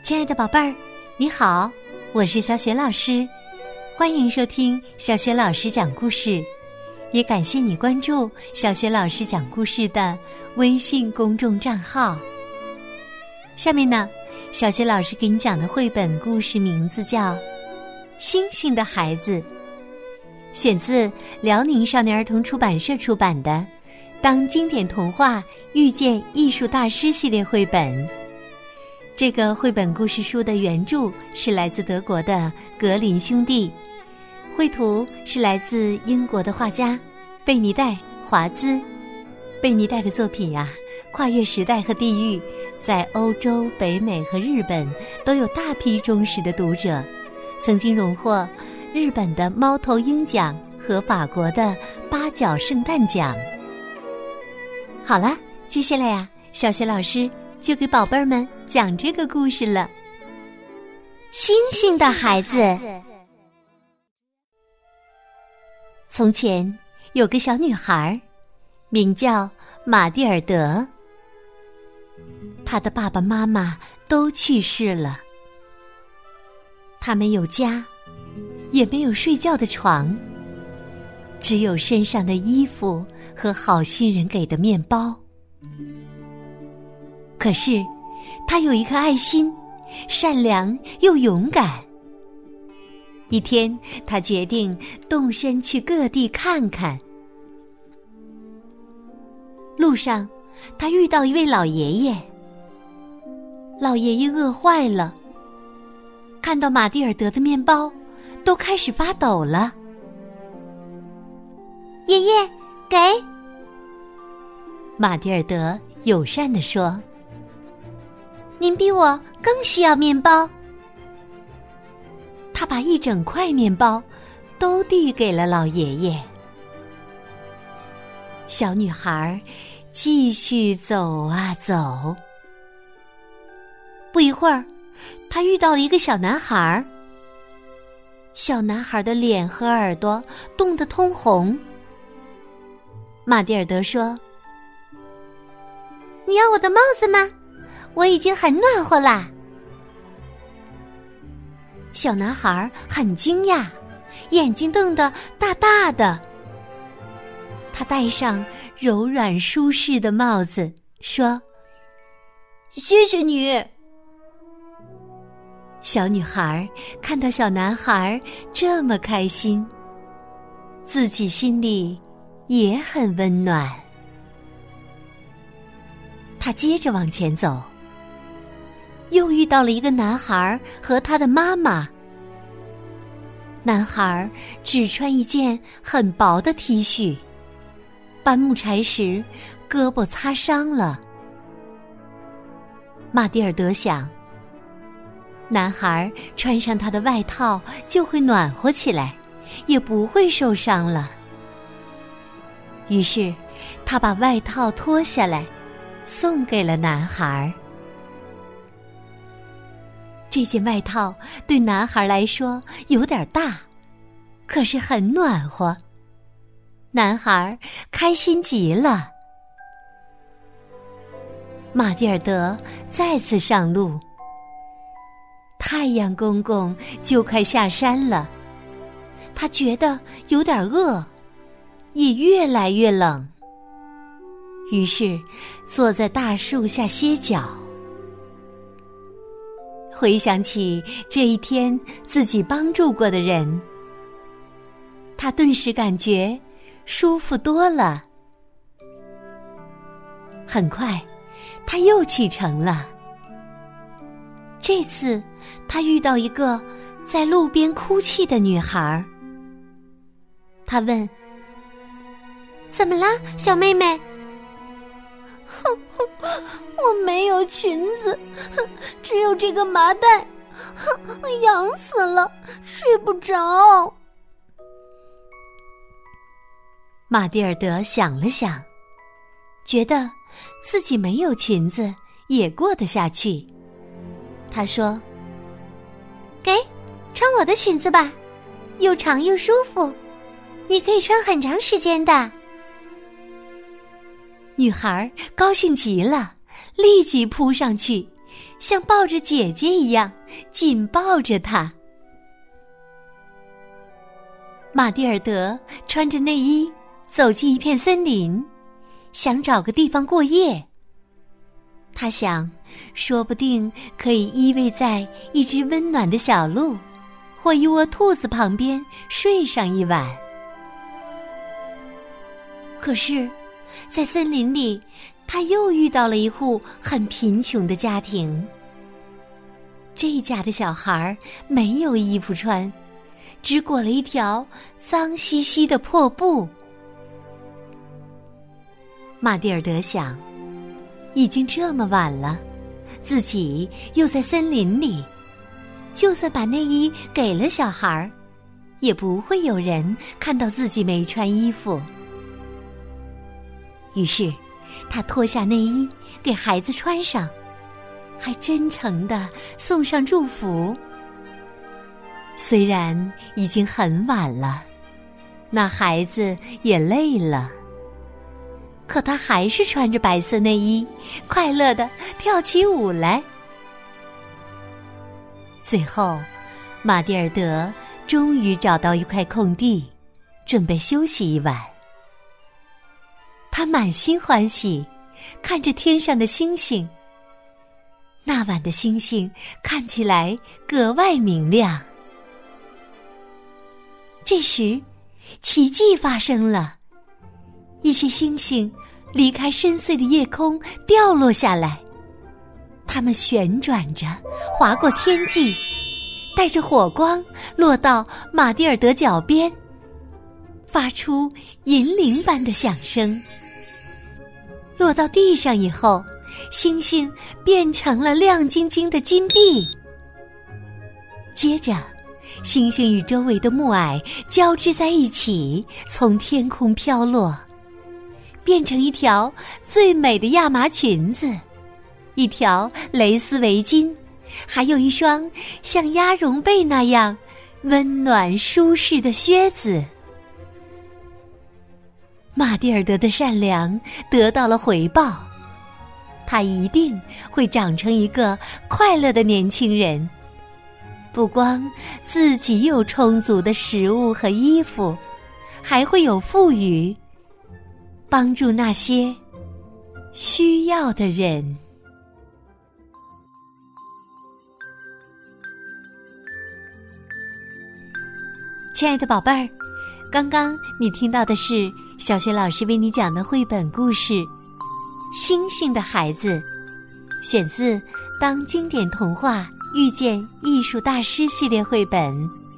亲爱的宝贝儿，你好，我是小雪老师，欢迎收听小雪老师讲故事，也感谢你关注小雪老师讲故事的微信公众账号。下面呢，小雪老师给你讲的绘本故事名字叫《星星的孩子》，选自辽宁少年儿童出版社出版的《当经典童话遇见艺术大师》系列绘本。这个绘本故事书的原著是来自德国的格林兄弟，绘图是来自英国的画家贝尼代·华兹。贝尼代的作品呀，跨越时代和地域，在欧洲、北美和日本都有大批忠实的读者，曾经荣获日本的猫头鹰奖和法国的八角圣诞奖。好了，接下来呀，小雪老师就给宝贝儿们讲这个故事了。星星的孩子。从前有个小女孩，名叫玛蒂尔德。她的爸爸妈妈都去世了，她没有家，也没有睡觉的床，只有身上的衣服和好心人给的面包。可是他有一颗爱心，善良又勇敢。一天，他决定动身去各地看看。路上，他遇到一位老爷爷。老爷爷饿坏了，看到玛蒂尔德的面包，都开始发抖了。爷爷，给！玛蒂尔德友善地说，您比我更需要面包。他把一整块面包都递给了老爷爷。小女孩继续走啊走。不一会儿，她遇到了一个小男孩。小男孩的脸和耳朵冻得通红。玛蒂尔德说，你要我的帽子吗？我已经很暖和啦。小男孩很惊讶，眼睛瞪得大大的。他戴上柔软舒适的帽子，说，谢谢你。小女孩看到小男孩这么开心，自己心里也很温暖。她接着往前走，又遇到了一个男孩和他的妈妈。男孩只穿一件很薄的 T 恤，搬木柴时胳膊擦伤了。玛蒂尔德想，男孩穿上他的外套就会暖和起来，也不会受伤了。于是他把外套脱下来送给了男孩。这件外套对男孩来说有点大，可是很暖和。男孩开心极了。玛蒂尔德再次上路。太阳公公就快下山了，他觉得有点饿，也越来越冷。于是坐在大树下歇脚。回想起这一天自己帮助过的人，他顿时感觉舒服多了。很快，他又启程了。这次，他遇到一个在路边哭泣的女孩。他问：“怎么啦，小妹妹？”我没有裙子，只有这个麻袋，痒死了，睡不着。玛蒂尔德想了想，觉得自己没有裙子也过得下去。他说：“给，穿我的裙子吧，又长又舒服，你可以穿很长时间的。”女孩高兴极了，立即扑上去， 像抱着姐姐一样紧抱着她。玛蒂尔德穿着内衣走进一片森林，想找个地方过夜。他想，说不定可以依偎在一只温暖的小鹿或一窝兔子旁边睡上一晚。可是，在森林里，他又遇到了一户很贫穷的家庭。这家的小孩没有衣服穿，只裹了一条脏兮兮的破布。玛蒂尔德想，已经这么晚了，自己又在森林里，就算把内衣给了小孩，也不会有人看到自己没穿衣服。于是他脱下内衣给孩子穿上，还真诚地送上祝福。虽然已经很晚了，那孩子也累了，可他还是穿着白色内衣，快乐地跳起舞来。最后，玛蒂尔德终于找到一块空地，准备休息一晚。他满心欢喜，看着天上的星星。那晚的星星看起来格外明亮。这时，奇迹发生了，一些星星离开深邃的夜空掉落下来，它们旋转着划过天际，带着火光落到玛蒂尔德脚边，发出银铃般的响声。落到地上以后，星星变成了亮晶晶的金币。接着，星星与周围的暮霭交织在一起，从天空飘落，变成一条最美的亚麻裙子，一条蕾丝围巾，还有一双像鸭绒被那样温暖舒适的靴子。玛蒂尔德的善良得到了回报，他一定会长成一个快乐的年轻人，不光自己有充足的食物和衣服，还会有富裕，帮助那些需要的人。亲爱的宝贝儿，刚刚你听到的是小学老师为你讲的绘本故事《星星的孩子》，选自《当经典童话遇见艺术大师》系列绘本。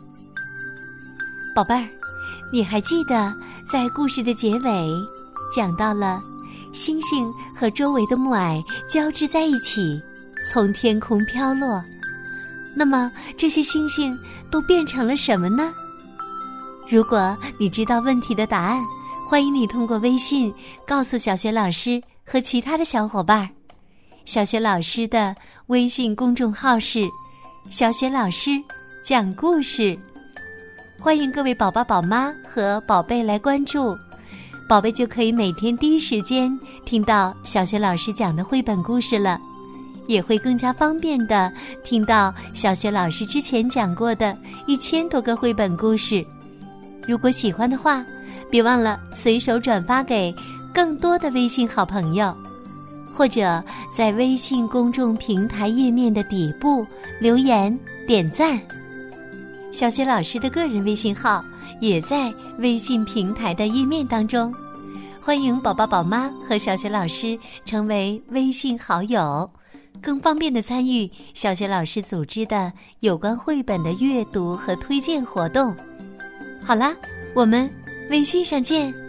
宝贝儿，你还记得在故事的结尾讲到了星星和周围的暮霭交织在一起，从天空飘落，那么这些星星都变成了什么呢？如果你知道问题的答案，欢迎你通过微信告诉小学老师和其他的小伙伴。小学老师的微信公众号是小学老师讲故事，欢迎各位宝宝宝妈和宝贝来关注，宝贝就可以每天第一时间听到小学老师讲的绘本故事了，也会更加方便的听到小学老师之前讲过的1000多个绘本故事。如果喜欢的话，别忘了随手转发给更多的微信好朋友，或者在微信公众平台页面的底部留言点赞。小学老师的个人微信号也在微信平台的页面当中，欢迎宝宝宝妈和小学老师成为微信好友，更方便的参与小学老师组织的有关绘本的阅读和推荐活动。好啦，我们微信上见。